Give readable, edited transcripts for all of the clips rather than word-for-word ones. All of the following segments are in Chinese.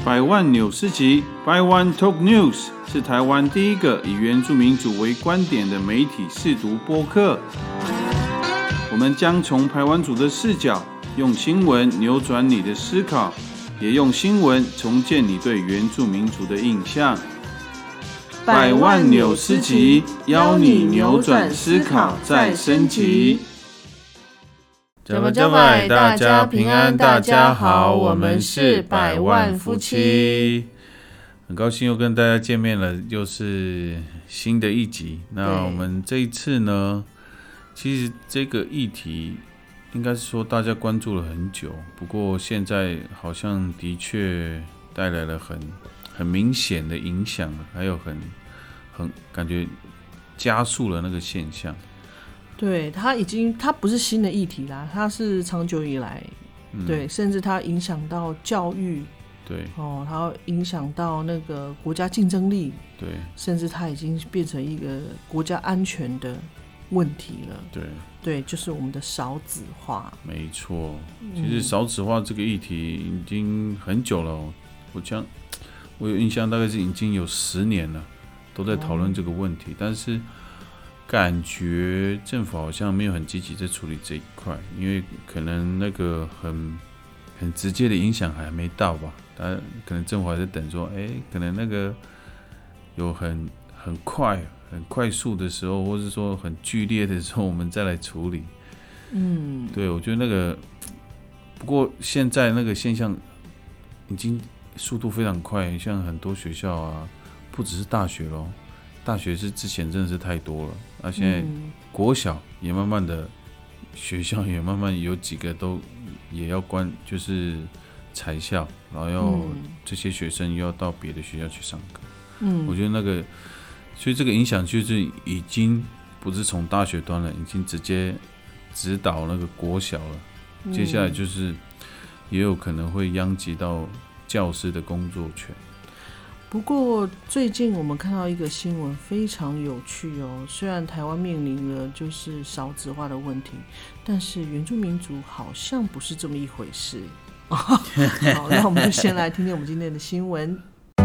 百万纽斯集 By One Talk News 是台湾第一个以原住民族为观点的媒体识读播客。我们将从排湾族的视角，用新闻扭转你的思考，也用新闻重建你对原住民族的印象。百万纽斯集，邀你扭转思考，再升级。大家平安，大家好，我们是百万夫妻。很高兴又跟大家见面了，又是新的一集。那我们这一次呢，其实这个议题应该是说大家关注了很久，不过现在好像的确带来了很明显的影响，还有很感觉加速了那个现象。 对，它不是新的议题啦，它是长久以来，对，甚至它影响到教育， 对， 它影响到那个国家竞争力， 对， 甚至它已经变成一个国家安全的问题了。对，就是我们的少子化。 没错，其实少子化这个议题已经很久了，我有印象，大概是已经有10年了，都在讨论这个问题，但是感觉政府好像没有很积极在处理这一块，因为可能那个很直接的影响还没到吧，但可能政府还在等说，可能那个有很快速的时候，或是说很剧烈的时候，我们再来处理。对，我觉得那个，不过现在那个现象已经速度非常快，像很多学校啊，不只是大学咯，大学是之前真的是太多了，那现在国小也慢慢的，学校也慢慢有几个都也要关，就是裁校，然后要这些学生又要到别的学校去上课。我觉得那个，所以这个影响就是已经不是从大学端了，已经直接指导那个国小了。接下来就是也有可能会殃及到教师的工作权。 不过最近我们看到一个新闻非常有趣哦，虽然台湾面临了就是少子化的问题，但是原住民族好像不是这么一回事。好，那我们就先来听听我们今天的新闻。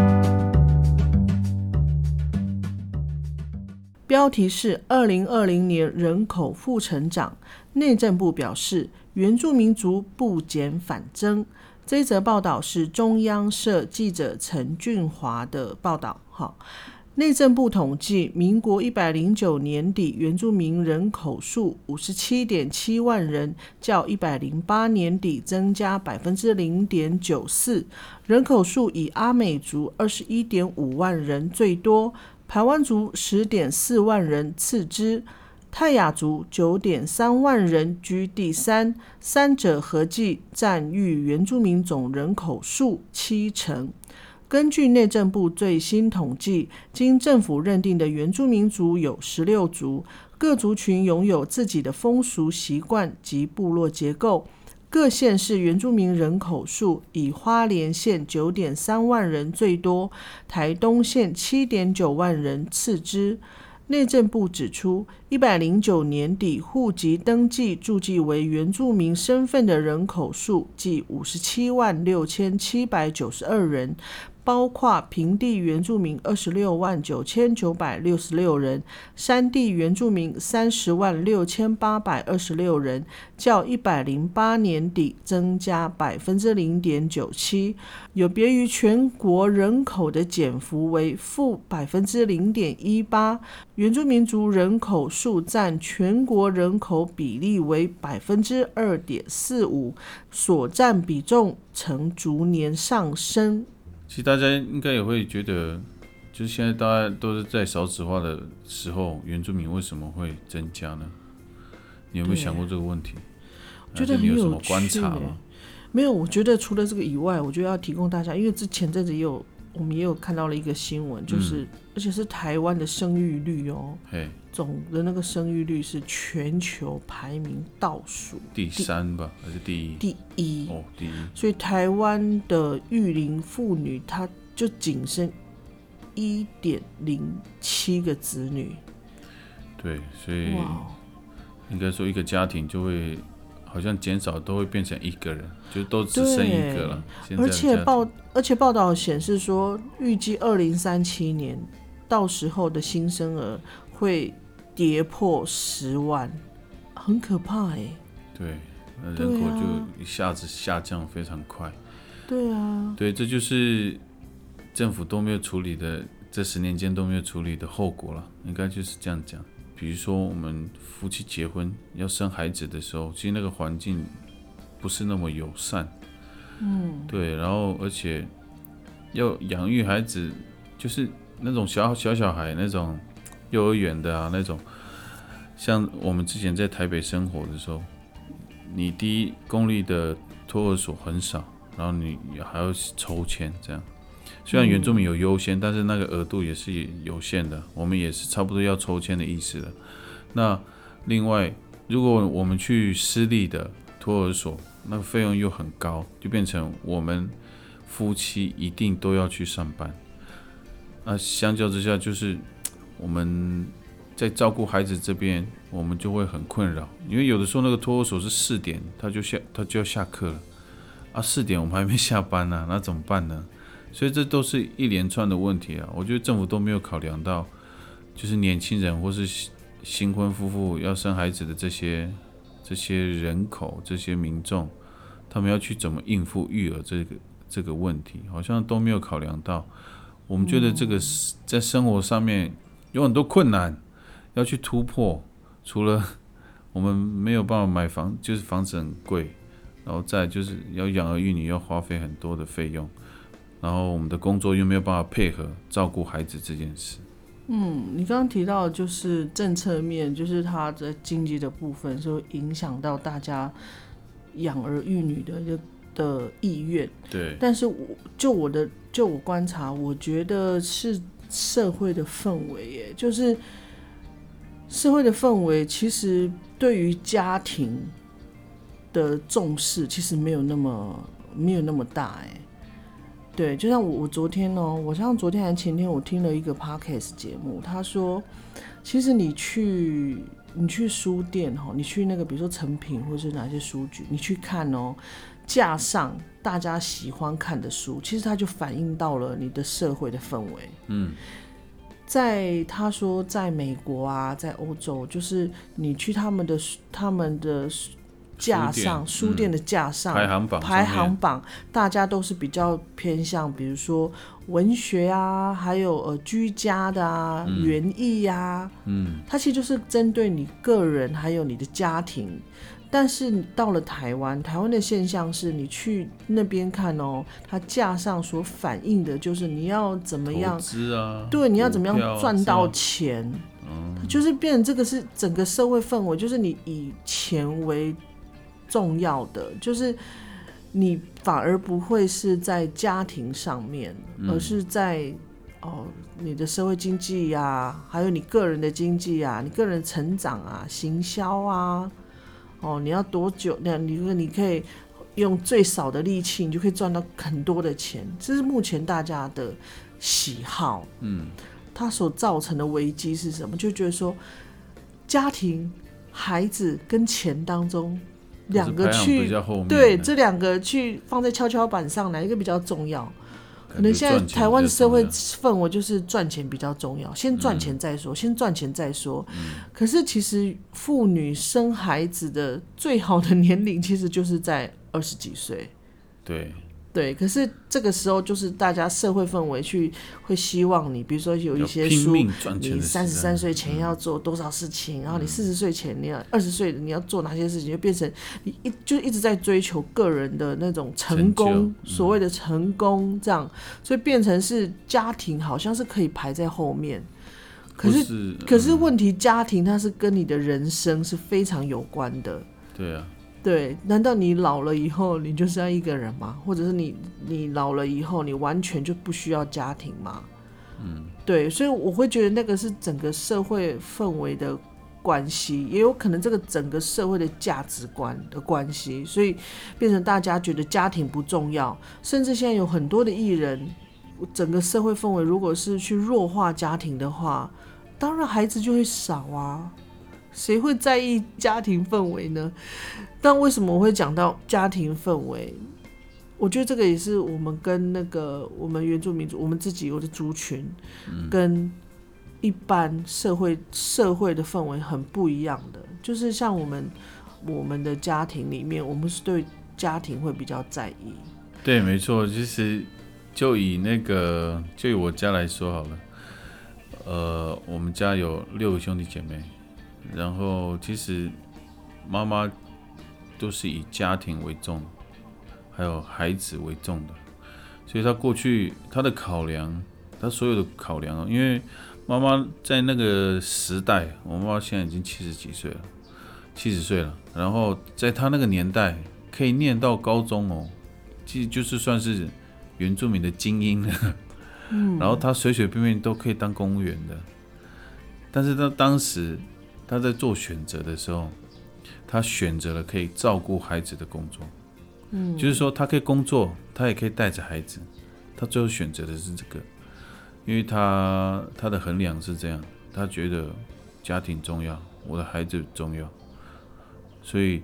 标题是2020年人口负成长，内政部表示原住民族不减反增。这一则报道是中央社记者陈俊华的报道。内政部统计，民国109年底原住民人口数 57.7 万人，较108年底增加 0.94%， 人口数以阿美族 21.5 万人最多，排湾族 10.4 万人次之，泰雅族 9.3 万人居第三，三者合计占域原住民总人口数70%。根据内政部最新统计，经政府认定的原住民族有16族，各族群拥有自己的风俗习惯及部落结构。各县市原住民人口数以花莲县 9.3 万人最多，台东县 7.9 万人次之。内政部指出，109年底户籍登记注记为原住民身份的人口数计576792人，包括平地原住民269966人，山地原住民306826人，较108年底增加 0.97%， 有别于全国人口的减幅为负 0.18%， 原住民族人口数占全国人口比例为 2.45%， 所占比重呈逐年上升。 其实大家应该也会觉得，就是现在大家都是在少子化的时候，原住民为什么会增加呢？你有没有想过这个问题？ 觉得很有趣。 你有什么观察吗？ 没有，我觉得除了这个以外，我觉得要提供大家，因为前阵子我们也有看到了一个新闻，就是而且是台湾的生育率哦，总的那个生育率是全球排名倒数第3吧，还是第1？ 第1 哦，第1。 所以台湾的育龄妇女，她就仅剩 1.07 个子女。 对，所以应该说一个家庭就会好像减少都会变成一个人，就都只剩一个了。 而且报道显示说，预计2037年到时候的新生儿会跌破10万，很可怕哎。 对，那人口就一下子下降非常快。 对啊， 对，这就是政府都没有处理的，这10年间都没有处理的后果了，应该就是这样讲。比如说我们夫妻结婚要生孩子的时候，其实那个环境不是那么友善，对，然后而且要养育孩子，就是那种小孩那种幼儿园的啊那种，像我们之前在台北生活的时候，你第一公立的托儿所很少，然后你还要抽签这样。虽然原住民有优先，但是那个额度也是有限的，我们也是差不多要抽签的意思了。那另外，如果我们去私立的托儿所，那个费用又很高，就变成我们夫妻一定都要去上班。那相较之下，就是我们在照顾孩子这边，我们就会很困扰，因为有的时候那个托儿所是4点，他就要下课了啊，4点我们还没下班呢，那怎么办呢？所以这都是一连串的问题啊！我觉得政府都没有考量到，就是年轻人或是新婚夫妇要生孩子的这些人口、这些民众，他们要去怎么应付育儿这个问题，好像都没有考量到。我们觉得这个在生活上面有很多困难要去突破，除了我们没有办法买房，就是房子很贵，然后再来就是要养儿育女要花费很多的费用。然后我们的工作又没有办法配合照顾孩子这件事。 你刚刚提到的就是政策面，就是它的经济的部分，是会影响到大家养儿育女的意愿。 对。 但是就我观察，我觉得是社会的氛围耶，就是社会的氛围其实对于家庭的重视其实没有那么大耶。对，就像我昨天我像昨天还前天我听了一个 podcast 节目，他说其实你去书店你去那个比如说诚品或是哪些书局，你去看架上大家喜欢看的书，其实它就反映到了你的社会的氛围。他说在美国啊，在欧洲，就是你去他们的架上书店的架上排行榜大家都是比较偏向比如说文学啊，还有居家的啊，园艺啊，它其实就是针对你个人还有你的家庭。但是你到了台湾的现象是，你去那边看它架上所反映的就是你要怎么样投资啊， 对，你要怎么样赚到钱，就是变成这个是整个社会氛围，就是你以钱为重要的，就是你反而不会是在家庭上面，而是在你的社会经济啊，还有你个人的经济啊，你个人成长啊，行销啊，你要多久？你可以用最少的力气，你就可以赚到很多的钱，这是目前大家的喜好。它所造成的危机是什么？就觉得说，家庭、孩子跟钱当中。两个去对这两个去放在跷跷板上，哪一个比较重要？可能现在台湾社会氛围就是赚钱比较重要，先赚钱再说，先赚钱再说。可是其实妇女生孩子的最好的年龄其实就是在20几岁。对，可是这个时候就是大家社会氛围会希望你，比如说有一些书，你33岁前要做多少事情，然后你40岁前你要20岁你要做哪些事情，就变成你就一直在追求个人的那种成功，所谓的成功这样，所以变成是家庭好像是可以排在后面。可是问题，家庭它是跟你的人生是非常有关的。 对啊。 对，难道你老了以后你就是要一个人吗？或者是你老了以后你完全就不需要家庭吗？对，所以我会觉得那个是整个社会氛围的关系，也有可能这个整个社会的价值观的关系，所以变成大家觉得家庭不重要，甚至现在有很多的艺人，整个社会氛围如果是去弱化家庭的话，当然孩子就会少啊。 谁会在意家庭氛围呢？但为什么我会讲到家庭氛围？我觉得这个也是我们跟我们原住民族，我们自己有的族群，跟一般社会的氛围很不一样的。就是像我们的家庭里面，我们是对家庭会比较在意。 对，没错，其实就以我家来说好了，我们家有6个兄弟姐妹，然后其实妈妈都是以家庭为重，还有孩子为重的，所以她过去她的考量，她所有的考量，因为妈妈在那个时代，我妈妈现在已经70岁了，然后在她那个年代可以念到高中哦，其实就是算是原住民的精英了。然后她随随便便都可以当公务员的，但是她当时她在做选择的时候，她选择了可以照顾孩子的工作。就是说她可以工作，她也可以带着孩子，她最后选择的是这个，因为她的衡量是这样，她觉得家庭重要，我的孩子重要，所以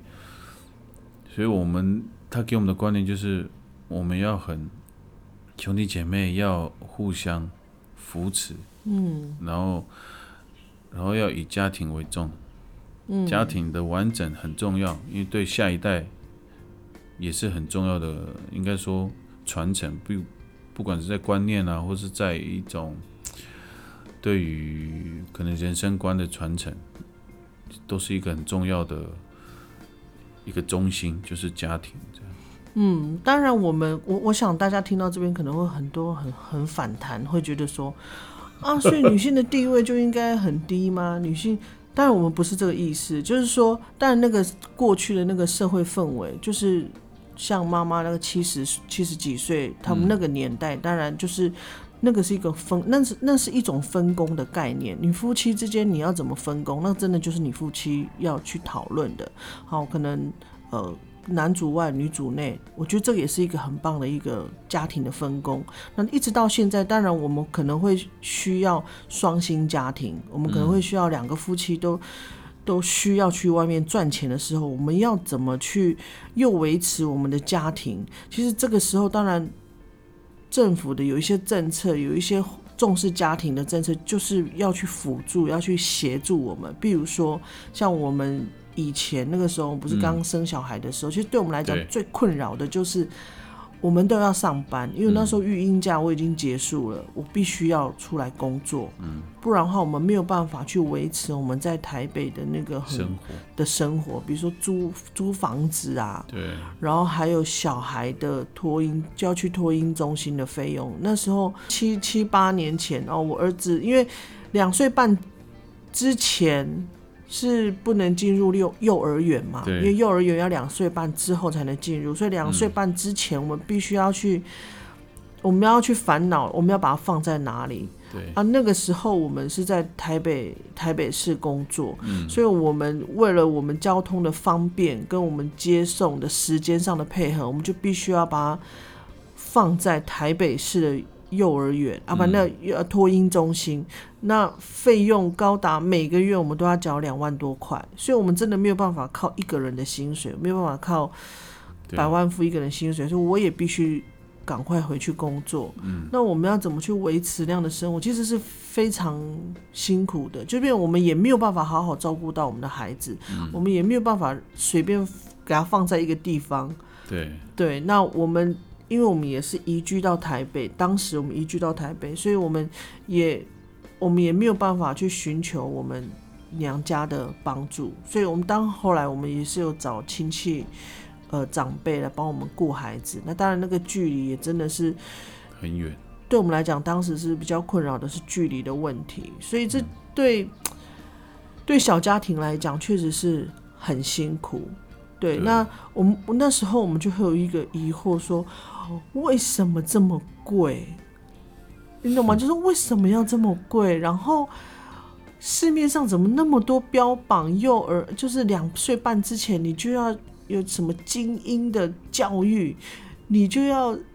她给我们的观念就是我们要兄弟姐妹要互相扶持，然后要以家庭为重，家庭的完整很重要，因为对下一代也是很重要的，应该说传承，不管是在观念啊，或是在一种对于可能人生观的传承，都是一个很重要的一个中心，就是家庭这样。 当然我想大家听到这边可能会很反弹，会觉得说所以女性的地位就应该很低吗？女性，当然我们不是这个意思，就是说，当然那个过去的那个社会氛围，就是像妈妈那个70几岁，他们那个年代，当然就是那个是一个那是一种分工的概念。你夫妻之间你要怎么分工，那真的就是你夫妻要去讨论的。好，可能男主外女主内，我觉得这个也是一个很棒的一个家庭的分工。那一直到现在，当然我们可能会需要双薪家庭，我们可能会需要2个夫妻都需要去外面赚钱的时候，我们要怎么去又维持我们的家庭？其实这个时候，当然政府的有一些政策，有一些重视家庭的政策，就是要去辅助，要去协助我们。比如说像我们以前那个时候不是刚生小孩的时候，其实对我们来讲最困扰的就是我们都要上班，因为那时候育婴假我已经结束了，我必须要出来工作，不然的话我们没有办法去维持我们在台北的那个生活，比如说租房子啊，对，然后还有小孩的托婴，就要去托婴中心的费用。那时候7、8年前我儿子因为2岁半之前是不能进入幼儿园嘛，因为幼儿园要2岁半之后才能进入，所以2岁半之前我们必须要去，我们要去烦恼我们要把它放在哪里。对那个时候我们是在台北市工作，所以我们为了我们交通的方便跟我们接送的时间上的配合，我们就必须要把它放在台北市的幼儿园不然那托婴中心，那费用高达每个月我们都要缴2万多块，所以我们真的没有办法靠一个人的薪水，没有办法靠100万付一个人薪水，所以我也必须赶快回去工作。那我们要怎么去维持那样的生活，其实是非常辛苦的，就变我们也没有办法好好照顾到我们的孩子，我们也没有办法随便给他放在一个地方。对，那因为我们也是移居到台北，当时我们移居到台北，所以我们也没有办法去寻求我们娘家的帮助，所以后来我们也是有找亲戚长辈来帮我们顾孩子。那当然那个距离也真的是很远， 对我们来讲当时是比较困扰的是距离的问题，所以这对小家庭来讲确实是很辛苦。对，那我那时候我们就会有一个疑惑说，为什么这么贵？你懂吗？就是为什么要这么贵？然后市面上怎么那么多标榜幼儿，就是2岁半之前你就要有什么精英的教育，你就要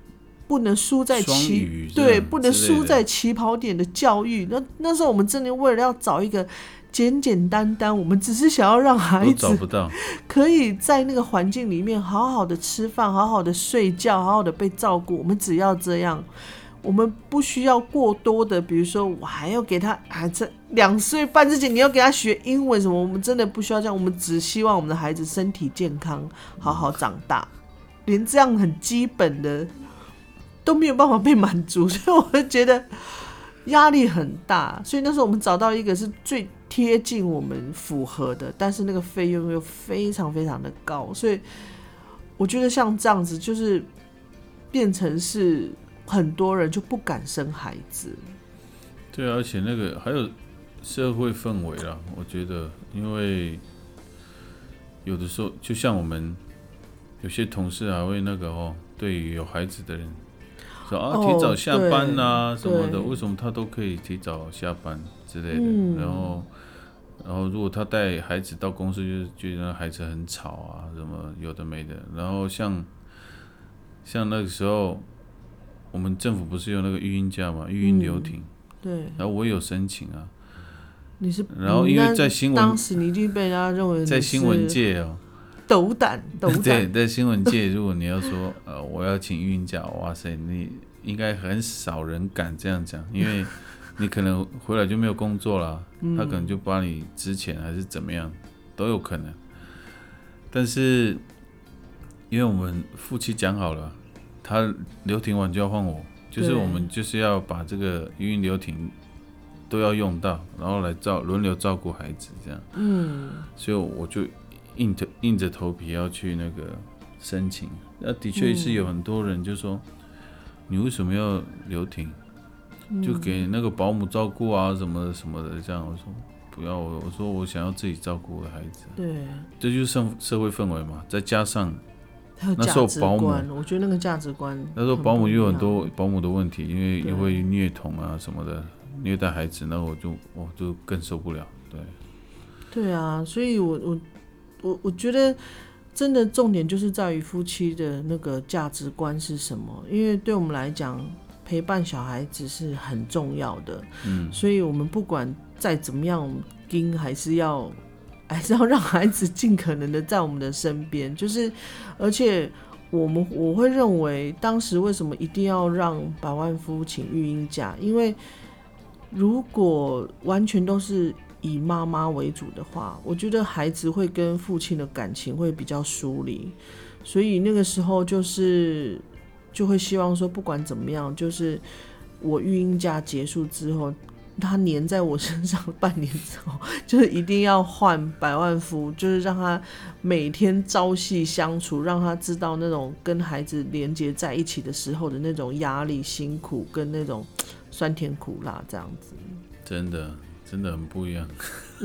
不能输在不能输在起跑点的教育。那时候我们真的为了要找一个简简单单，我们只是想要让孩子都找不到， 可以在那个环境里面好好的吃饭，好好的睡觉，好好的被照顾。我们只要这样，我们不需要过多的，比如说我还要给他这2岁半之前你要给他学英文什么，我们真的不需要这样。我们只希望我们的孩子身体健康，好好长大。连这样很基本的都没有办法被满足，所以我就觉得压力很大。所以那时候我们找到一个是最贴近我们符合的，但是那个费用又非常非常的高，所以我觉得像这样子就是变成是很多人就不敢生孩子。 对啊，而且那个还有社会氛围啦，我觉得因为有的时候就像我们有些同事还会那个对于有孩子的人说提早下班啊什么的，为什么他都可以提早下班之类的，然后如果他带孩子到公司，就觉得孩子很吵啊，什么有的没的。然后像那个时候，我们政府不是有那个育婴假嘛，育婴留停， 对。 然后我也有申请啊。 然后因为在新闻， 当时你一定被人家认为你是在新闻界斗胆。 对，在新闻界，如果你要说我要请育婴假，哇塞，你应该很少人敢这样讲，因为你可能回来就没有工作了，他可能就把你资遣还是怎么样，都有可能。但是因为我们夫妻讲好了，他留停完就要换我，就是我们就是要把这个育婴留停都要用到，然后来轮流照顾孩子这样。所以我就硬着头皮要去那个申请。那的确是有很多人就说，你为什么要留停？就给那个保姆照顾啊什么什么的这样。我说不要，我说我想要自己照顾我的孩子。 对， 这就是社会氛围嘛，再加上那时候保姆，我觉得那个价值观， 那时候保姆又有很多保姆的问题，因为又会虐童啊什么的，虐待孩子，那我就更受不了。 对啊，所以我觉得真的重点就是在于夫妻的那个价值观是什么，因为对我们来讲，陪伴小孩子是很重要的。所以我们不管再怎么样还是要让孩子尽可能的在我们的身边，就是而且我会认为当时为什么一定要让百万夫请育婴假，因为如果完全都是以妈妈为主的话，我觉得孩子会跟父亲的感情会比较疏离，所以那个时候就会希望说不管怎么样，就是我育婴假结束之后，他黏在我身上半年之后，就是一定要换百万夫，就是让他每天朝夕相处，让他知道那种跟孩子连接在一起的时候的那种压力、辛苦跟那种酸甜苦辣这样子。 真的很不一样。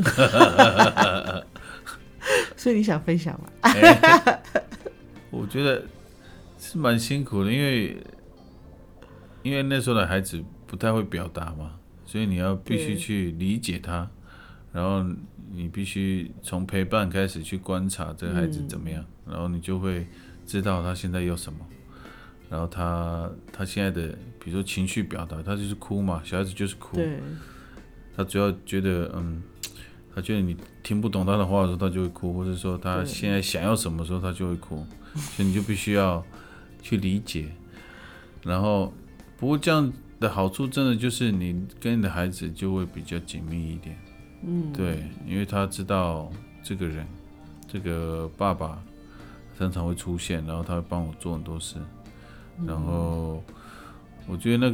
所以你想分享吗？ 我觉得是蛮辛苦的，因为那时候的孩子不太会表达嘛，所以你必须去理解他，然后你必须从陪伴开始去观察这个孩子怎么样，然后你就会知道他现在有什么，然后他现在的比如说情绪表达，他就是哭嘛，小孩子就是哭，他只要觉得他觉得你听不懂他的话的时候，他就会哭，或者说他现在想要什么时候他就会哭，所以你就必须要去理解。然后不过这样的好处真的就是你跟你的孩子就会比较紧密一点，对，因为他知道这个人，这个爸爸常常会出现，然后他会帮我做很多事，然后我觉得那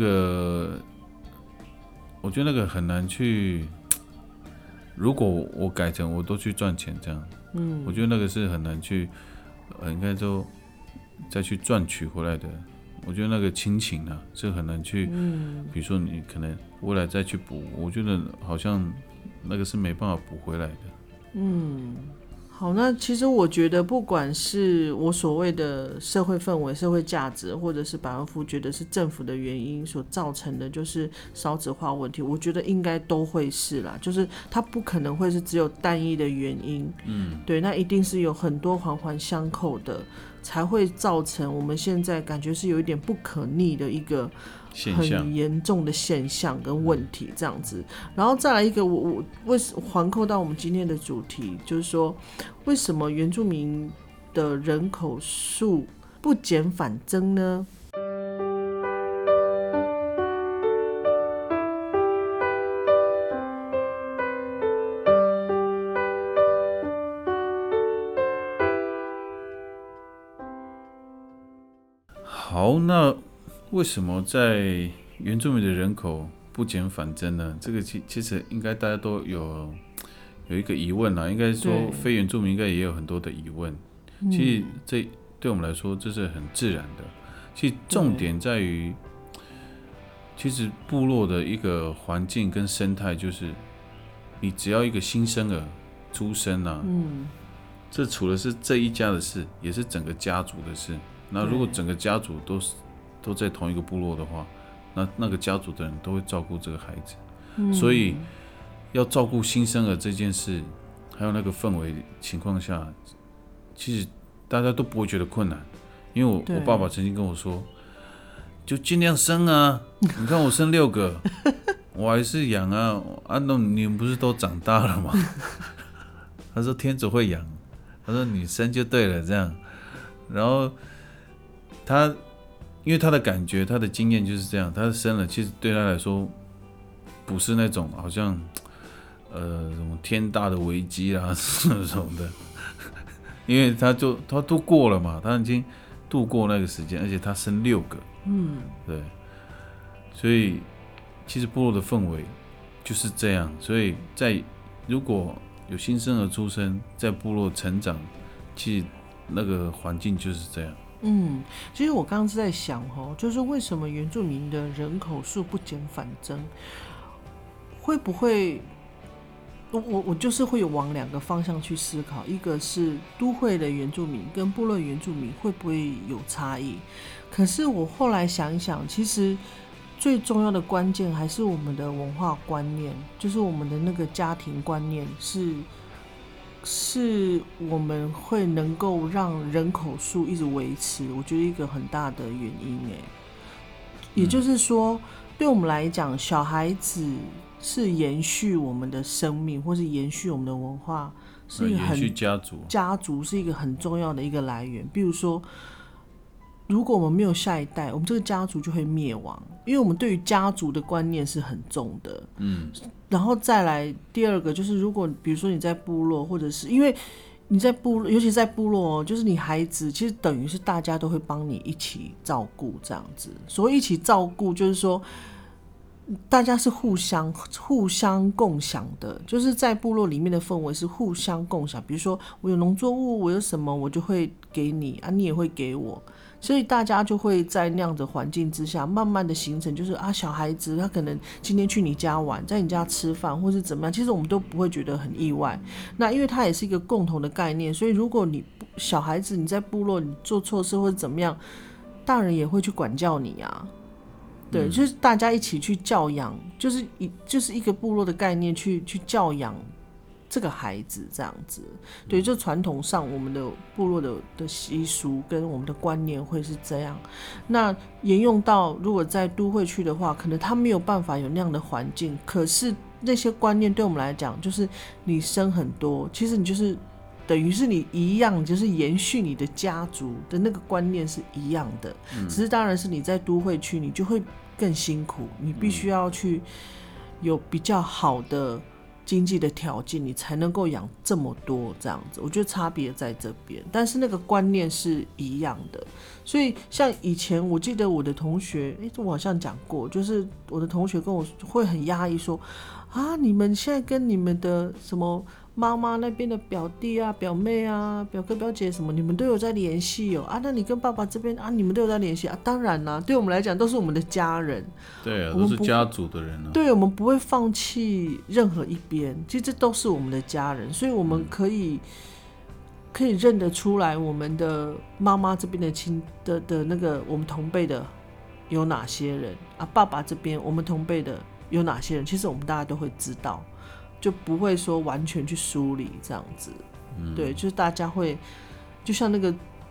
个很难去，如果我改成我都去赚钱这样，我觉得那个是很难去，应该说再去赚取回来的。我觉得那个亲情啊是很难去，比如说你可能未来再去补，我觉得好像那个是没办法补回来的。 好，那其实我觉得不管是我所谓的社会氛围、社会价值，或者是百万夫觉得是政府的原因所造成的就是少子化问题，我觉得应该都会是啦，就是它不可能会是只有单一的原因，对，那一定是有很多环环相扣的才会造成我们现在感觉是有一点不可逆的一个很严重的现象跟问题这样子。然后再来一个，我环扣到我们今天的主题，就是说为什么原住民的人口数不减反增呢？ 好，那为什么在原住民的人口不减反增呢？这个其实应该大家都有一个疑问啦，应该说非原住民应该也有很多的疑问。其实这对我们来说这是很自然的。其实重点在于，其实部落的一个环境跟生态，就是你只要一个新生儿出生啊，这除了是这一家的事，也是整个家族的事。那如果整个家族都在同一个部落的话，那个家族的人都会照顾这个孩子，所以要照顾新生儿这件事，还有那个氛围情况下，其实大家都不会觉得困难，因为我爸爸曾经跟我说，就尽量生啊，你看我生6个，我还是养啊，那你们不是都长大了吗？他说天主会养，他说你生就对了这样，然后因为他的感觉，他的经验就是这样，他生了，其实对他来说不是那种好像什么天大的危机啊什么的，因为他度过了嘛，他已经度过那个时间，而且他生6个，对，所以其实部落的氛围就是这样，所以如果有新生儿出生，在部落成长，其实那个环境就是这样。 其实我刚刚是在想就是为什么原住民的人口数不减反增，会不会我就是会有往2个方向去思考，一个是都会的原住民跟部落原住民会不会有差异，可是我后来想一想，其实最重要的关键还是我们的文化观念，就是我们的那个家庭观念是我们会能够让人口数一直维持，我觉得一个很大的原因也就是说，对我们来讲，小孩子是延续我们的生命，或是延续我们的文化，是一个延续家族是一个很重要的一个来源。比如说，如果我们没有下一代，我们这个家族就会灭亡，因为我们对于家族的观念是很重的。然后再来第二个就是，如果比如说你在部落，或者是因为你在部落，尤其在部落就是你孩子其实等于是大家都会帮你一起照顾这样子。所谓一起照顾，就是说大家是互相共享的，就是在部落里面的氛围是互相共享。比如说我有农作物，我有什么我就会给你啊，你也会给我。所以大家就会在那样的环境之下慢慢的形成，就是小孩子他可能今天去你家玩，在你家吃饭或是怎么样，其实我们都不会觉得很意外。那因为它也是一个共同的概念，所以如果你小孩子你在部落你做错事或者怎么样，大人也会去管教你啊。对，就是大家一起去教养，就是一个部落的概念去教养这个孩子这样子。对，就传统上我们的部落的习俗跟我们的观念会是这样。那沿用到如果在都会区的话，可能他没有办法有那样的环境，可是那些观念对我们来讲，就是你生很多，其实你就是等于是你一样，就是延续你的家族的那个观念是一样的。只是当然是你在都会区你就会更辛苦，你必须要去有比较好的经济的条件，你才能够养这么多这样子。我觉得差别在这边，但是那个观念是一样的。所以像以前我记得我的同学，我好像讲过，就是我的同学跟我会很压抑说你们现在跟你们的什么妈妈那边的表弟啊、表妹啊、表哥表姐什么，你们都有在联系那你跟爸爸这边你们都有在联系当然啦，对我们来讲都是我们的家人。 对啊，都是家族的人对，我们不会放弃任何一边，其实这都是我们的家人，所以我们可以认得出来我们的妈妈这边的那个我们同辈的有哪些人爸爸这边我们同辈的有哪些人，其实我们大家都会知道，就不会说完全去梳理这样子。对，就是大家会就像那个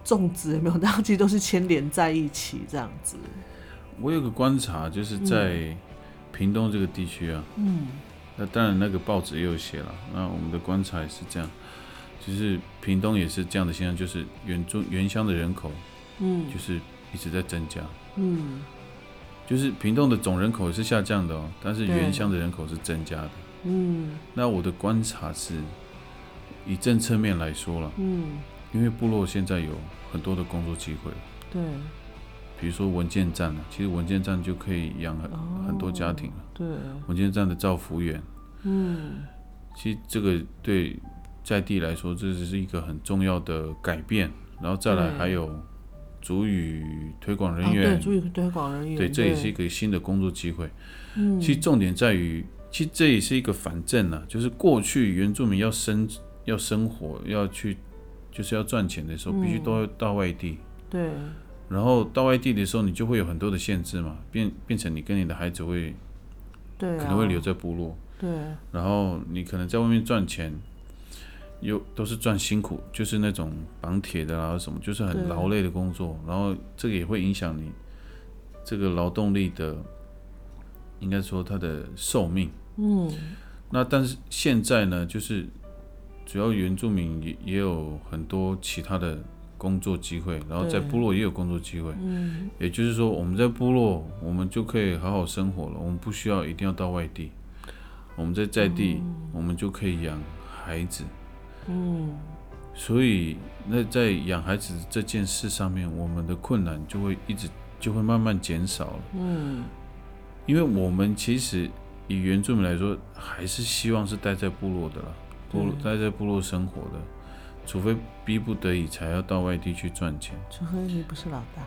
种植有没有？大家其实都是牵连在一起这样子。 我有个观察，就是在屏东这个地区啊，那当然那个报纸也有写了，那我们的观察也是这样，就是屏东也是这样的现象，就是原乡的人口，就是一直在增加，就是屏东的总人口是下降的哦，但是原乡的人口是增加的，那我的观察是，以政策面来说了，因为部落现在有很多的工作机会， 对。 比如说文件站啊，其实文件站就可以养很多家庭了。 对， 文件站的照服员，其实这个对在地来说，这是一个很重要的改变。然后再来还有族语推广人员， 对，族语推广人员， 对，这也是一个新的工作机会。其实重点在于，其实这也是一个反正啊，就是过去原住民要生活，就是要赚钱的时候，必须都要到外地。 对。 然后到外地的时候，你就会有很多的限制嘛，变成你跟你的孩子会，可能会留在部落， 对， 然后你可能在外面赚钱，都是赚辛苦，就是那种绑铁的啊什么，就是很劳累的工作，然后这个也会影响你这个劳动力的，应该说它的寿命，那但是现在呢，就是主要原住民也有很多其他的工作机会，然后在部落也有工作机会，也就是说我们在部落我们就可以好好生活了，我们不需要一定要到外地，我们在地我们就可以养孩子，所以那在养孩子这件事上面，我们的困难就会慢慢减少了，因为我们其实以原住民来说，还是希望是待在部落的啦，待在部落生活的。除非逼不得已才要到外地去赚钱， 除非你不是老大。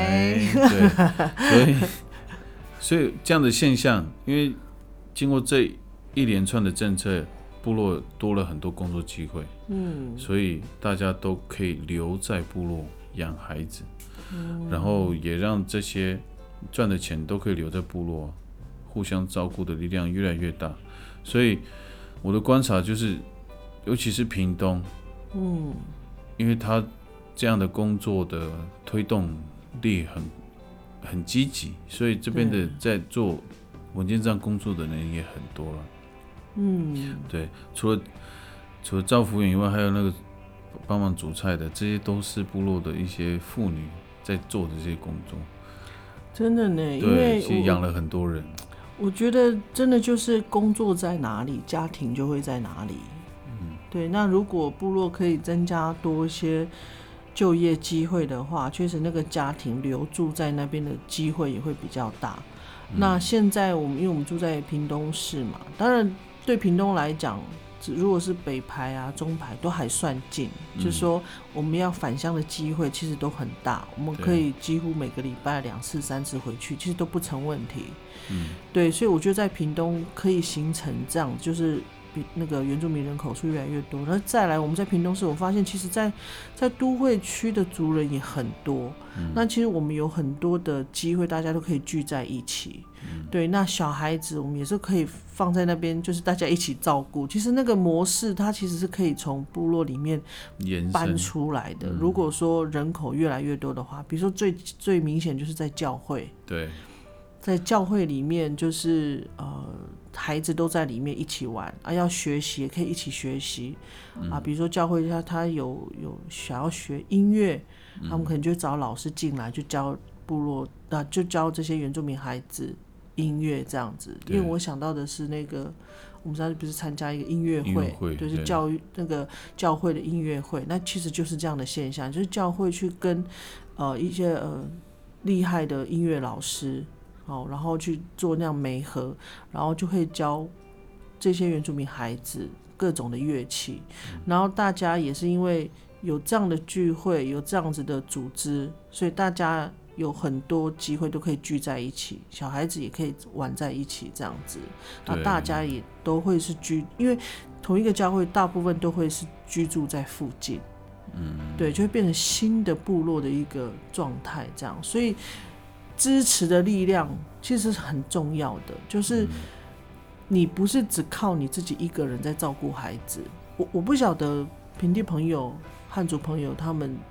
对，所以这样的现象，因为经过这一连串的政策，部落多了很多工作机会，所以大家都可以留在部落养孩子，然后也让这些赚的钱都可以留在部落，互相照顾的力量越来越大。所以我的观察就是，尤其是屏东。因为他这样的工作的推动力很积极，所以这边的在做文件站工作的人也很多了。对，除了照服员以外，还有那个帮忙煮菜的，这些都是部落的一些妇女在做的这些工作。 真的呢，因为其实养了很多人。 我觉得真的就是工作在哪里，家庭就会在哪里。对，那如果部落可以增加多一些就业机会的话，确实那个家庭留住在那边的机会也会比较大。那现在因为我们住在屏东市嘛，当然对屏东来讲，如果是北排啊、中排都还算近，就是说我们要返乡的机会其实都很大，我们可以几乎每个礼拜2次、3次回去，其实都不成问题。对，所以我觉得在屏东可以形成这样，就是那个原住民人口数越来越多，那再来我们在屏东市，我发现其实在都会区的族人也很多，那其实我们有很多的机会，大家都可以聚在一起。对，那小孩子我们也是可以放在那边，就是大家一起照顾。其实那个模式它其实是可以从部落里面搬出来的。如果说人口越来越多的话，比如说最明显就是在教会，对，在教会里面就是孩子都在里面一起玩啊，要学习也可以一起学习啊。比如说教会他有想要学音乐，他们可能就找老师进来，就教部落就教这些原住民孩子音乐这样子。因为我想到的是那个我们上次不是参加一个音乐会，就是那个教会的音乐会，那其实就是这样的现象，就是教会去跟一些厉害的音乐老师。然后去做那样媒合，然后就可以教这些原住民孩子各种的乐器，然后大家也是因为有这样的聚会，有这样子的组织，所以大家有很多机会都可以聚在一起，小孩子也可以玩在一起这样子，那大家也都会是因为同一个教会大部分都会是居住在附近，对，就会变成新的部落的一个状态这样，所以支持的力量其实是很重要的，就是你不是只靠你自己一个人在照顾孩子。我不晓得平地朋友、汉族朋友他们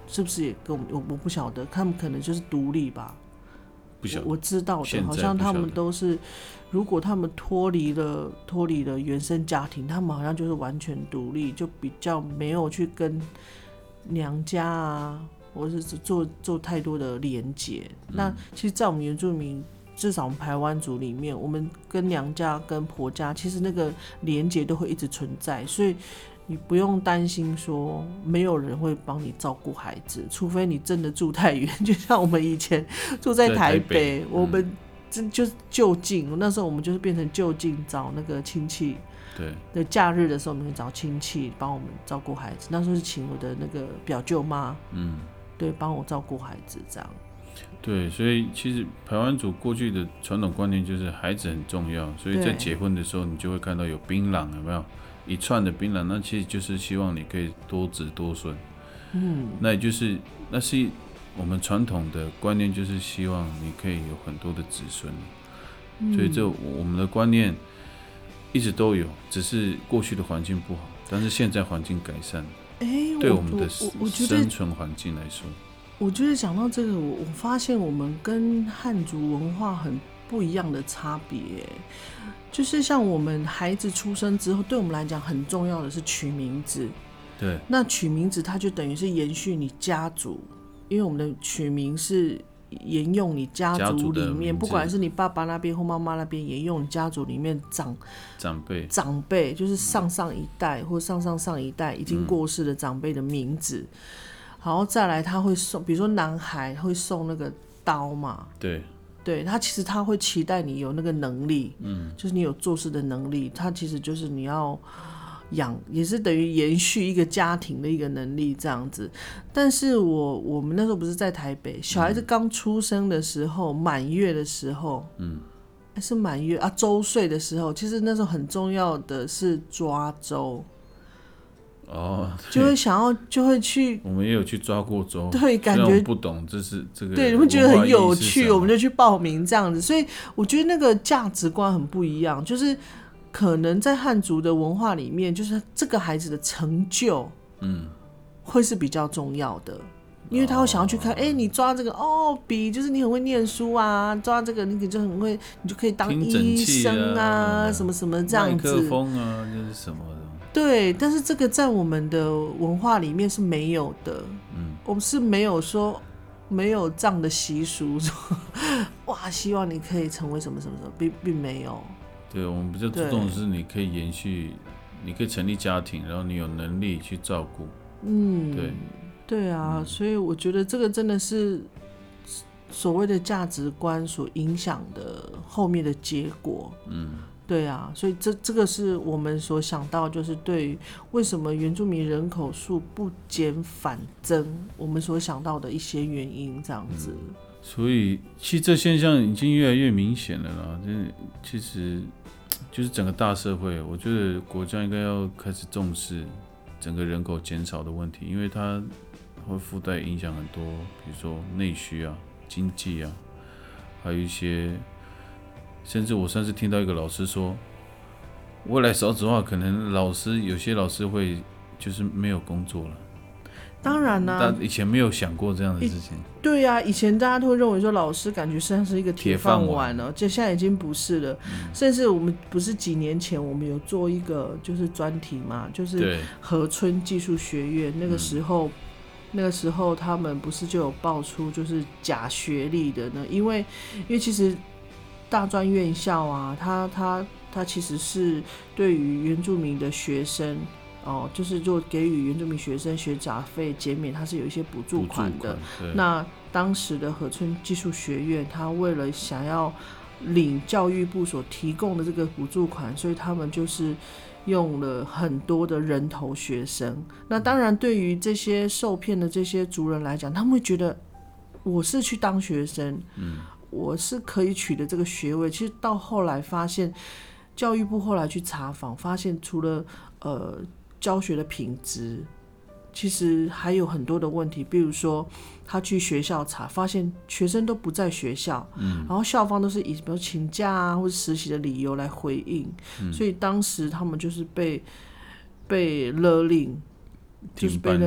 是不是也跟我不晓得，他们可能就是独立吧。 不晓得我知道的，好像他们都是，如果他们脱离了原生家庭，他们好像就是完全独立，就比较没有去跟娘家啊，或者是做太多的连结。那其实，在我们原住民，至少我们排湾族里面，我们跟娘家跟婆家，其实那个连结都会一直存在，所以你不用担心说没有人会帮你照顾孩子，除非你真的住太远，就像我们以前住在台北，我们就是就近，那时候我们就是变成就近找那个亲戚。 对的假日的时候，我们会找亲戚帮我们照顾孩子。那时候是请我的那个表舅妈，对，帮我照顾孩子这样。 对，所以其实排湾族过去的传统观念就是孩子很重要，所以在结婚的时候，你就会看到有槟榔，有没有一串的槟榔？那其实就是希望你可以多子多孙。那也就是那是我们传统的观念，就是希望你可以有很多的子孙。所以这我们的观念一直都有，只是过去的环境不好，但是现在环境改善，对我们的生存环境来说。 我觉得讲到这个，我发现我们跟汉族文化很不一样的差别，就是像我们孩子出生之后，对我们来讲很重要的是取名字。 对， 那取名字它就等于是延续你家族，因为我们的取名是沿用你家族里面，不管是你爸爸那边或妈妈那边，沿用你家族里面长辈，就是上上一代或上上上一代已经过世的长辈的名字。然后再来他会送，比如说男孩会送那个刀嘛，对，他其实他会期待你有那个能力，就是你有做事的能力，他其实就是你要养，也是等于延续一个家庭的一个能力这样子。但是我们那时候不是在台北，小孩子刚出生的时候，满月的时候，是满月啊，周岁的时候，其实那时候很重要的是抓周。就会想要，就会去。 我们也有去抓过周， 对，感觉不懂这是这个， 对，你会觉得很有趣，我们就去报名这样子。所以我觉得那个价值观很不一样，就是可能在汉族的文化里面，就是这个孩子的成就，会是比较重要的。因为他会想要去看，你抓这个比就是你很会念书啊，抓这个你就很会，你就可以当医生啊，什么什么这样子。麦克风啊，这是什么的？ 对，但是这个在我们的文化里面是没有的，我们是没有说没有这样的习俗，说哇，希望你可以成为什么什么什么，并没有。 对，我们比较注重的是你可以延续，你可以成立家庭，然后你有能力去照顾。 对啊，所以我觉得这个真的是所谓的价值观所影响的后面的结果。对啊，所以这个是我们所想到，就是对于为什么原住民人口数不减反增，我们所想到的一些原因这样子。 所以其实这现象已经越来越明显了啦。其实就是整个大社会，我觉得国家应该要开始重视整个人口减少的问题，因为它会附带影响很多，比如说内需啊、经济啊，还有一些。甚至我上次听到一个老师说，未来少子化可能有些老师会就是没有工作了。 当然啦， 但以前没有想过这样的事情。 对啊，以前大家都会认为说老师感觉像是一个铁饭碗了，就现在已经不是了。甚至我们不是几年前我们有做一个就是专题嘛，就是河村技术学院那个时候他们不是就有爆出就是假学历的呢？因为其实。大专院校啊，它其实是对于原住民的学生就是做给予原住民学生学杂费减免，它是有一些补助款的。那当时的河村技术学院，它为了想要领教育部所提供的这个补助款，所以他们就是用了很多的人头学生。那当然，对于这些受骗的这些族人来讲，他们会觉得我是去当学生，我是可以取得这个学位。其实到后来发现，教育部后来去查访，发现除了教学的品质，其实还有很多的问题。比如说，他去学校查，发现学生都不在学校，然后校方都是以比如请假啊或者实习的理由来回应，所以当时他们就是被勒令，就是被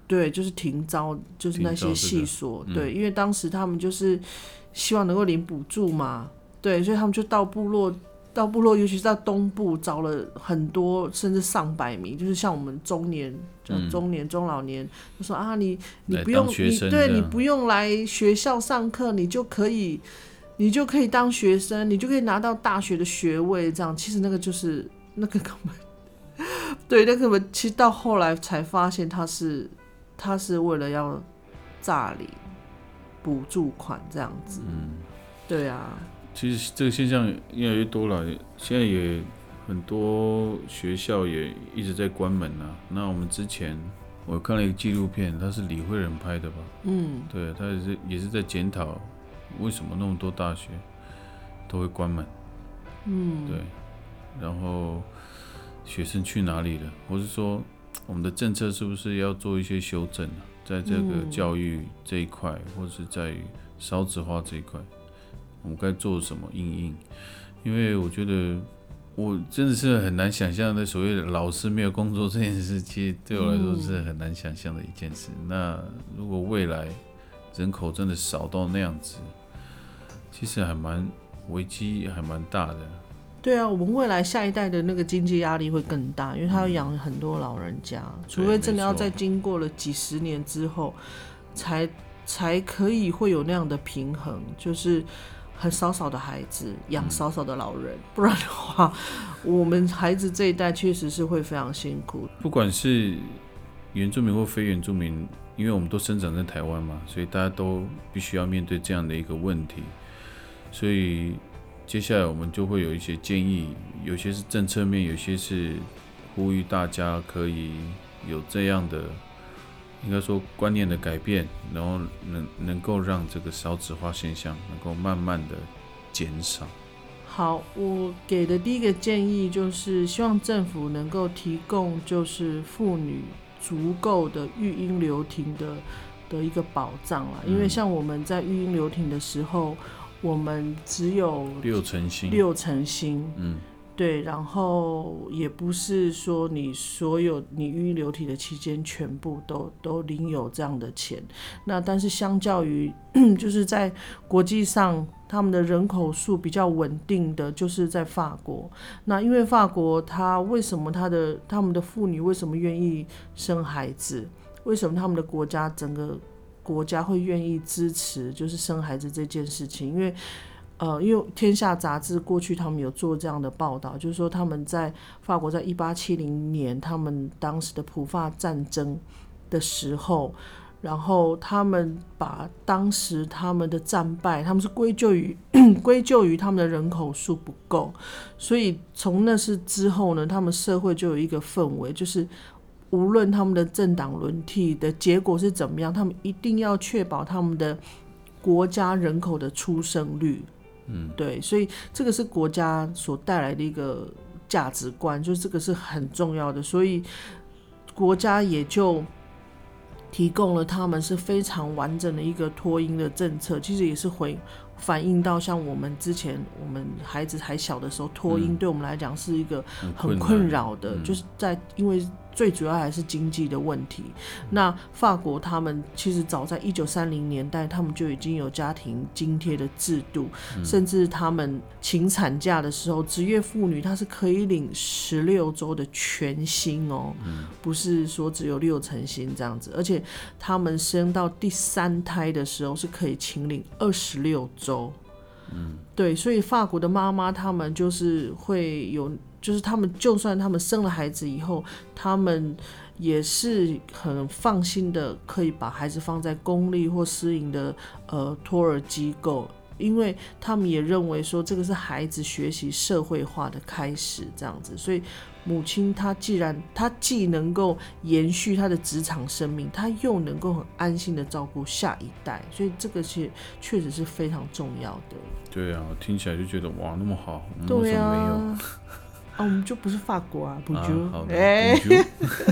对，就是停招，就是那些系所，对，因为当时他们就是希望能够领补助嘛，对，所以他们就到部落，尤其是到东部找了很多，甚至上百名，就是像我们中老年，就说啊，你不用，你不用来学校上课，你就可以当学生，你就可以拿到大学的学位，这样。其实那个就是那个根本，对，那个其实到后来才发现他是为了要诈领补助款这样子。对啊。 其实这个现象越来越多了，现在也很多学校也一直在关门啊。那我们之前我看了一个纪录片，他是李慧仁拍的吧？对，他也是在检讨为什么那么多大学都会关门。对，然后学生去哪里了？或是说我们的政策是不是要做一些修正啊？在这个教育这一块，或是在少子化这一块，我们该做什么因应？因为我觉得我真的是很难想象的所谓的老师没有工作这件事，其实对我来说是很难想象的一件事。那如果未来人口真的少到那样子，其实危机还蛮大的。 对啊，我们未来下一代的那个经济压力会更大，因为他要养很多老人家，除非真的要在经过了几十年之后，才可以会有那样的平衡，就是很少的孩子养少的老人，不然的话，我们孩子这一代确实是会非常辛苦。 不管是原住民或非原住民，因为我们都生长在台湾嘛，所以大家都必须要面对这样的一个问题，所以接下来我们就会有一些建议，有些是政策面，有些是呼吁大家可以有这样的，应该说观念的改变，然后能够让这个少子化现象能够慢慢的减少。 好，我给的第一个建议就是希望政府能够提供就是妇女足够的育婴留停的一个保障啦，因为像我们在育婴留停的时候，我们只有六成薪， 对，然后也不是说你所有你育婴留停的期间全部都领有这样的钱，那但是相较于就是在国际上他们的人口数比较稳定的就是在法国，那因为法国为什么他们的妇女为什么愿意生孩子，为什么他们的整个国家会愿意支持就是生孩子这件事情，因为天下杂志过去他们有做这样的报道，就是说他们在法国在1870年他们当时的普法战争的时候，然后他们把当时他们的战败，他们是归咎于他们的人口数不够，所以从那是之后呢，他们社会就有一个氛围，就是无论他们的政党轮替的结果是怎么样，他们一定要确保他们的国家人口的出生率。对，所以这个是国家所带来的一个价值观，就是这个是很重要的，所以国家也就提供了他们是非常完整的一个托婴的政策，其实也是反映到像我们之前我们孩子还小的时候，托婴对我们来讲是一个很困扰的，就是因为最主要还是经济的问题。那法国他们其实早在1930年代他们就已经有家庭津贴的制度，甚至他们请产假的时候，职业妇女她是可以领16周的全薪哦，不是说只有6成薪这样子，而且他们生到第3胎的时候是可以请领26周。对，所以法国的妈妈他们就是会有，就是他们就算他们生了孩子以后，他们也是很放心的可以把孩子放在公立或私营的托儿机构，因为他们也认为说这个是孩子学习社会化的开始这样子，所以母亲她既能够延续她的职场生命，她又能够很安心的照顾下一代，所以这个确实是非常重要的。 对啊，听起来就觉得哇那么好， 对啊， 为什么没有我们就不是法国啊，不就好的，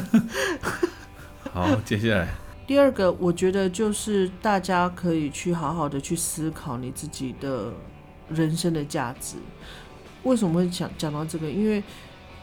好，接下来第二个，我觉得就是大家可以去好好的去思考你自己的人生的价值。为什么会讲到这个？因为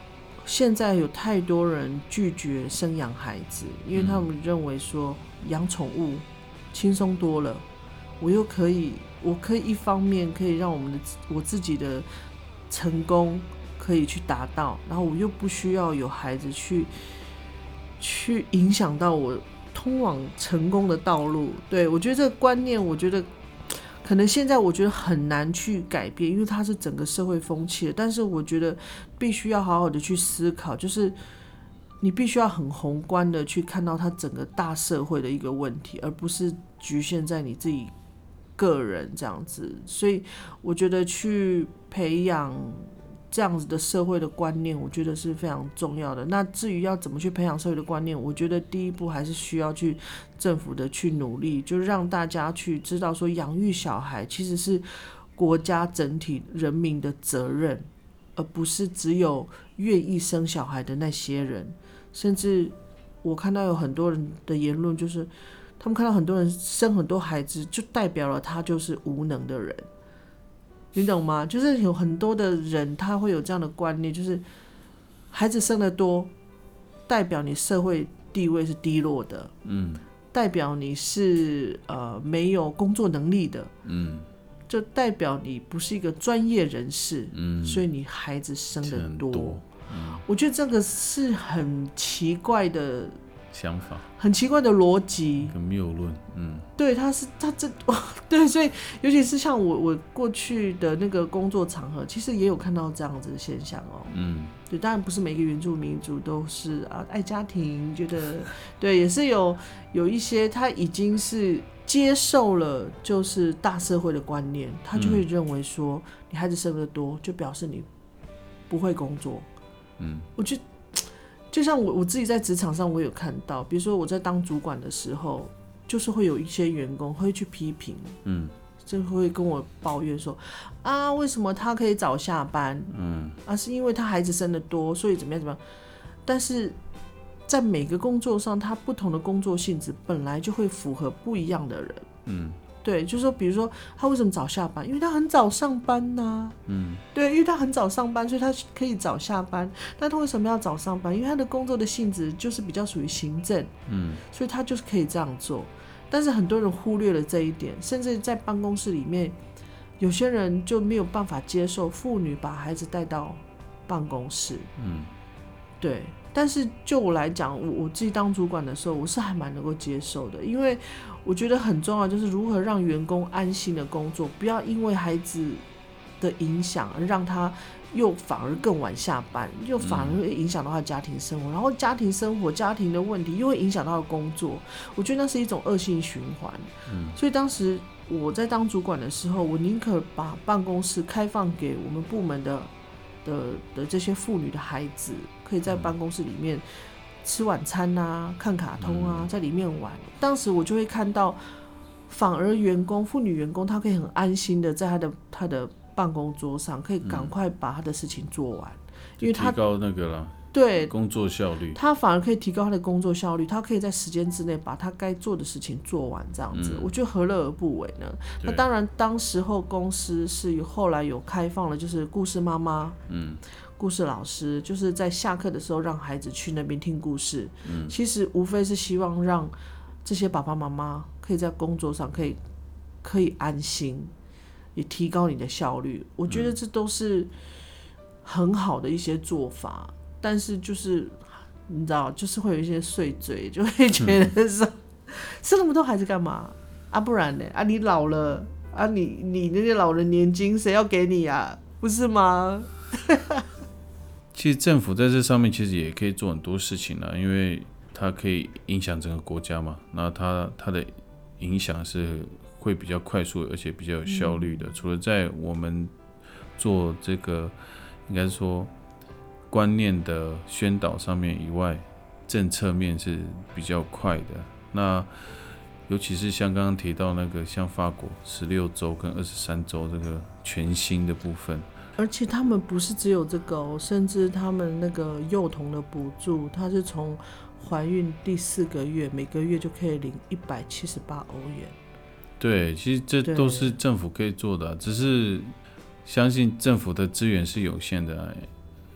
现在有太多人拒绝生养孩子，因为他们认为说养宠物轻松多了，我可以一方面可以让我自己的成功可以去达到，然后我又不需要有孩子去影响到我通往成功的道路。对，我觉得这个观念，我觉得可能现在我觉得很难去改变，因为它是整个社会风气的。但是我觉得必须要好好的去思考，就是你必须要很宏观的去看到它整个大社会的一个问题，而不是局限在你自己个人这样子。所以我觉得去培养这样子的社会的观念，我觉得是非常重要的。那至于要怎么去培养社会的观念，我觉得第一步还是需要去政府的去努力，就让大家去知道说养育小孩其实是国家整体人民的责任，而不是只有愿意生小孩的那些人。甚至我看到有很多人的言论，就是他们看到很多人生很多孩子，就代表了他就是无能的人。你懂吗？就是有很多的人他会有这样的观念，就是孩子生得多代表你社会地位是低落的，代表你是没有工作能力的，就代表你不是一个专业人士，所以你孩子生得多。我觉得这个是很奇怪的想法， 很奇怪的逻辑， 跟谬论。 对，他这对，所以尤其是像我过去的那个工作场合，其实也有看到这样子的现象哦。对，当然不是每个原住民族都是爱家庭，觉得对，也是有一些他已经是接受了就是大社会的观念，他就会认为说你孩子生得多，就表示你不会工作。我觉得就像我自己在职场上，我有看到，比如说我在当主管的时候，就是会有一些员工会去批评，就会跟我抱怨说为什么他可以早下班？是因为他孩子生得多，所以怎么样。但是在每个工作上，他不同的工作性质本来就会符合不一样的人。对，就是说，比如说他为什么早下班？因为他很早上班啊。对，因为他很早上班，所以他可以早下班。但他为什么要早上班？因为他的工作的性质就是比较属于行政，所以他就是可以这样做。但是很多人忽略了这一点，甚至在办公室里面，有些人就没有办法接受妇女把孩子带到办公室。对。但是就我来讲，我自己当主管的时候，我是还蛮能够接受的，因为我觉得很重要，就是如何让员工安心的工作，不要因为孩子的影响而让他又反而更晚下班，又反而会影响到他的家庭生活，然后家庭生活、家庭的问题又会影响到他的工作，我觉得那是一种恶性循环。所以当时我在当主管的时候，我宁可把办公室开放给我们部门的这些妇女的孩子，可以在办公室里面吃晚餐啊，看卡通啊，在里面玩。当时我就会看到，反而妇女员工，她可以很安心的在她的办公桌上，可以赶快把她的事情做完，因为她提高那个啦， 对工作效率， 她反而可以提高她的工作效率，她可以在时间之内把她该做的事情做完，这样子，我觉得何乐而不为呢？那当然，当时候公司是后来有开放了，就是故事妈妈，故事老师，就是在下课的时候让孩子去那边听故事。其实无非是希望让这些爸爸妈妈可以在工作上可以安心，也提高你的效率。我觉得这都是很好的一些做法。但是就是你知道，就是会有一些碎嘴，就会觉得说生那么多孩子干嘛不然呢你老了你那些老人年金谁要给你不是吗？ 其实政府在这上面其实也可以做很多事情啦，因为它可以影响整个国家嘛，那它的影响是会比较快速而且比较有效率的。除了在我们做这个应该说观念的宣导上面以外，政策面是比较快的。那尤其是像刚刚提到那个像法国16周跟23周这个全新的部分， 而且他们不是只有这个甚至他们那个幼童的补助，它是从怀孕第4个月每个月就可以领178欧元。 对，其实这都是政府可以做的只是相信政府的资源是有限的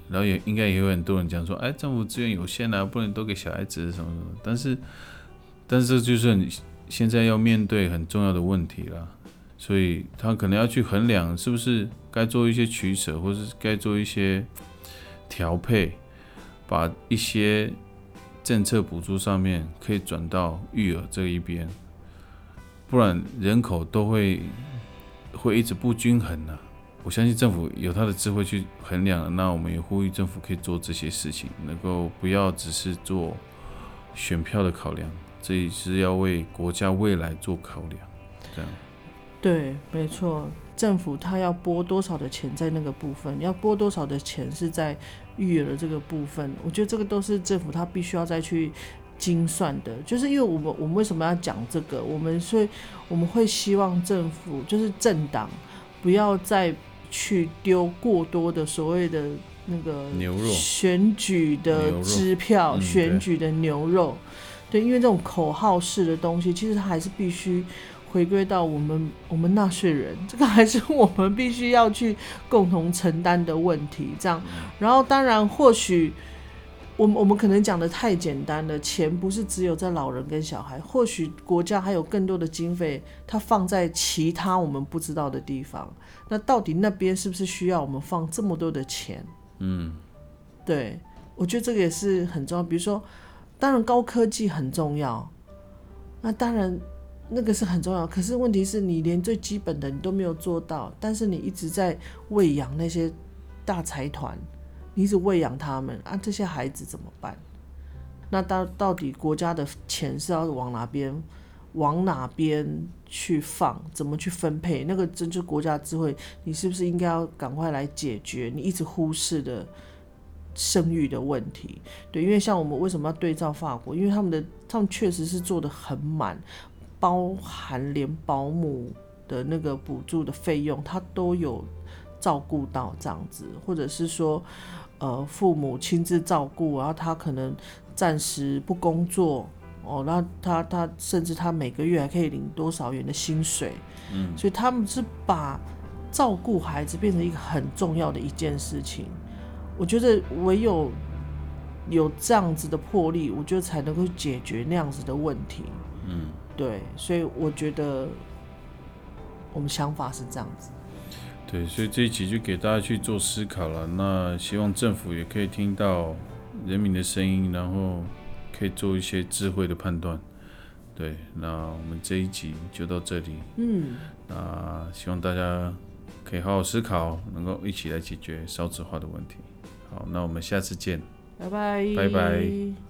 然后应该也有很多人讲说，哎，政府资源有限啊，不能都给小孩子什么什么。但是这就是你现在要面对很重要的问题啦，所以他可能要去衡量是不是该做一些取舍，或是该做一些调配，把一些政策补助上面可以转到育儿这一边，不然人口都会一直不均衡啊。我相信政府有他的智慧去衡量，那我们也呼吁政府可以做这些事情，能够不要只是做选票的考量，这也是要为国家未来做考量。这样对，没错，政府他要拨多少的钱在那个部分，要拨多少的钱是在育儿的这个部分，我觉得这个都是政府他必须要再去精算的。就是因为我们为什么要讲这个，我们会希望政府就是政党不要再去丢过多的所谓的那个选举的支票，选举的牛肉。对，因为这种口号式的东西，其实它还是必须回归到我们纳税人，这个还是我们必须要去共同承担的问题。这样，然后当然或许我们可能讲的太简单了，钱不是只有在老人跟小孩，或许国家还有更多的经费，它放在其他我们不知道的地方。那到底那边是不是需要我们放这么多的钱？对，我觉得这个也是很重要。比如说，当然高科技很重要，那当然那个是很重要。可是问题是你连最基本的你都没有做到，但是你一直在喂养那些大财团，你一直喂养他们啊，这些孩子怎么办？那到底国家的钱是要往哪边去放，怎么去分配？那个真就是国家的智慧，你是不是应该要赶快来解决你一直忽视的生育的问题？对，因为像我们为什么要对照法国？因为他们确实是做得很满，包含连保姆的那个补助的费用，他都有照顾到这样子，或者是说，父母亲自照顾，然后他可能暂时不工作。然后他甚至他每个月还可以领多少元的薪水，所以他们是把照顾孩子变成一个很重要的一件事情。我觉得唯有这样子的魄力，我觉得才能够解决那样子的问题。对，所以我觉得我们想法是这样子。 对，所以这一期就给大家去做思考了。那希望政府也可以听到人民的声音，然后可以做一些智慧的判断。对，那我们这一集就到这里。那希望大家可以好好思考，能够一起来解决少子化的问题。好，那我们下次见， 拜拜， 拜拜。